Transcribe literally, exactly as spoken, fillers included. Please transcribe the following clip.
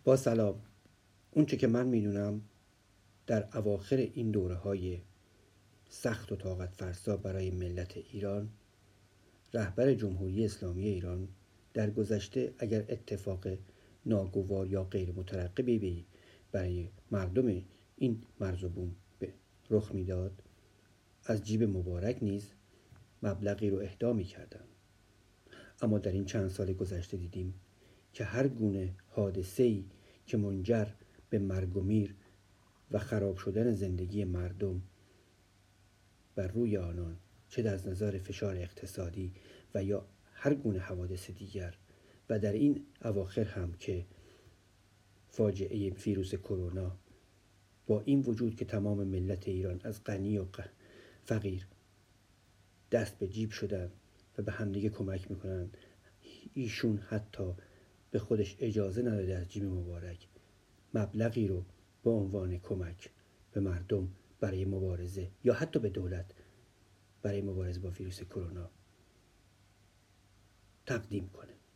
با سلام. اون چه که من میدونم در اواخر این دوره های سخت و طاقت فرسا برای ملت ایران، رهبر جمهوری اسلامی ایران در گذشته اگر اتفاق ناگوار یا غیر مترقبی برای مردم این مرز و بوم به رخ میداد، از جیب مبارک نیز مبلغی رو اهدا می‌کردند. اما در این چند سال گذشته دیدیم که هر گونه حادثه‌ای که منجر به مرگ و میر و خراب شدن زندگی مردم بر روی آنان، چه از نظر فشار اقتصادی و یا هر گونه حوادث دیگر، و در این اواخر هم که فاجعه ویروس کرونا، با این وجود که تمام ملت ایران از غنی و فقیر دست به جیب شدن و به همدیگه کمک میکنن، ایشون حتی به خودش اجازه نداده از جیب مبارک مبلغی رو به عنوان کمک به مردم برای مبارزه یا حتی به دولت برای مبارزه با ویروس کرونا تقدیم کنه.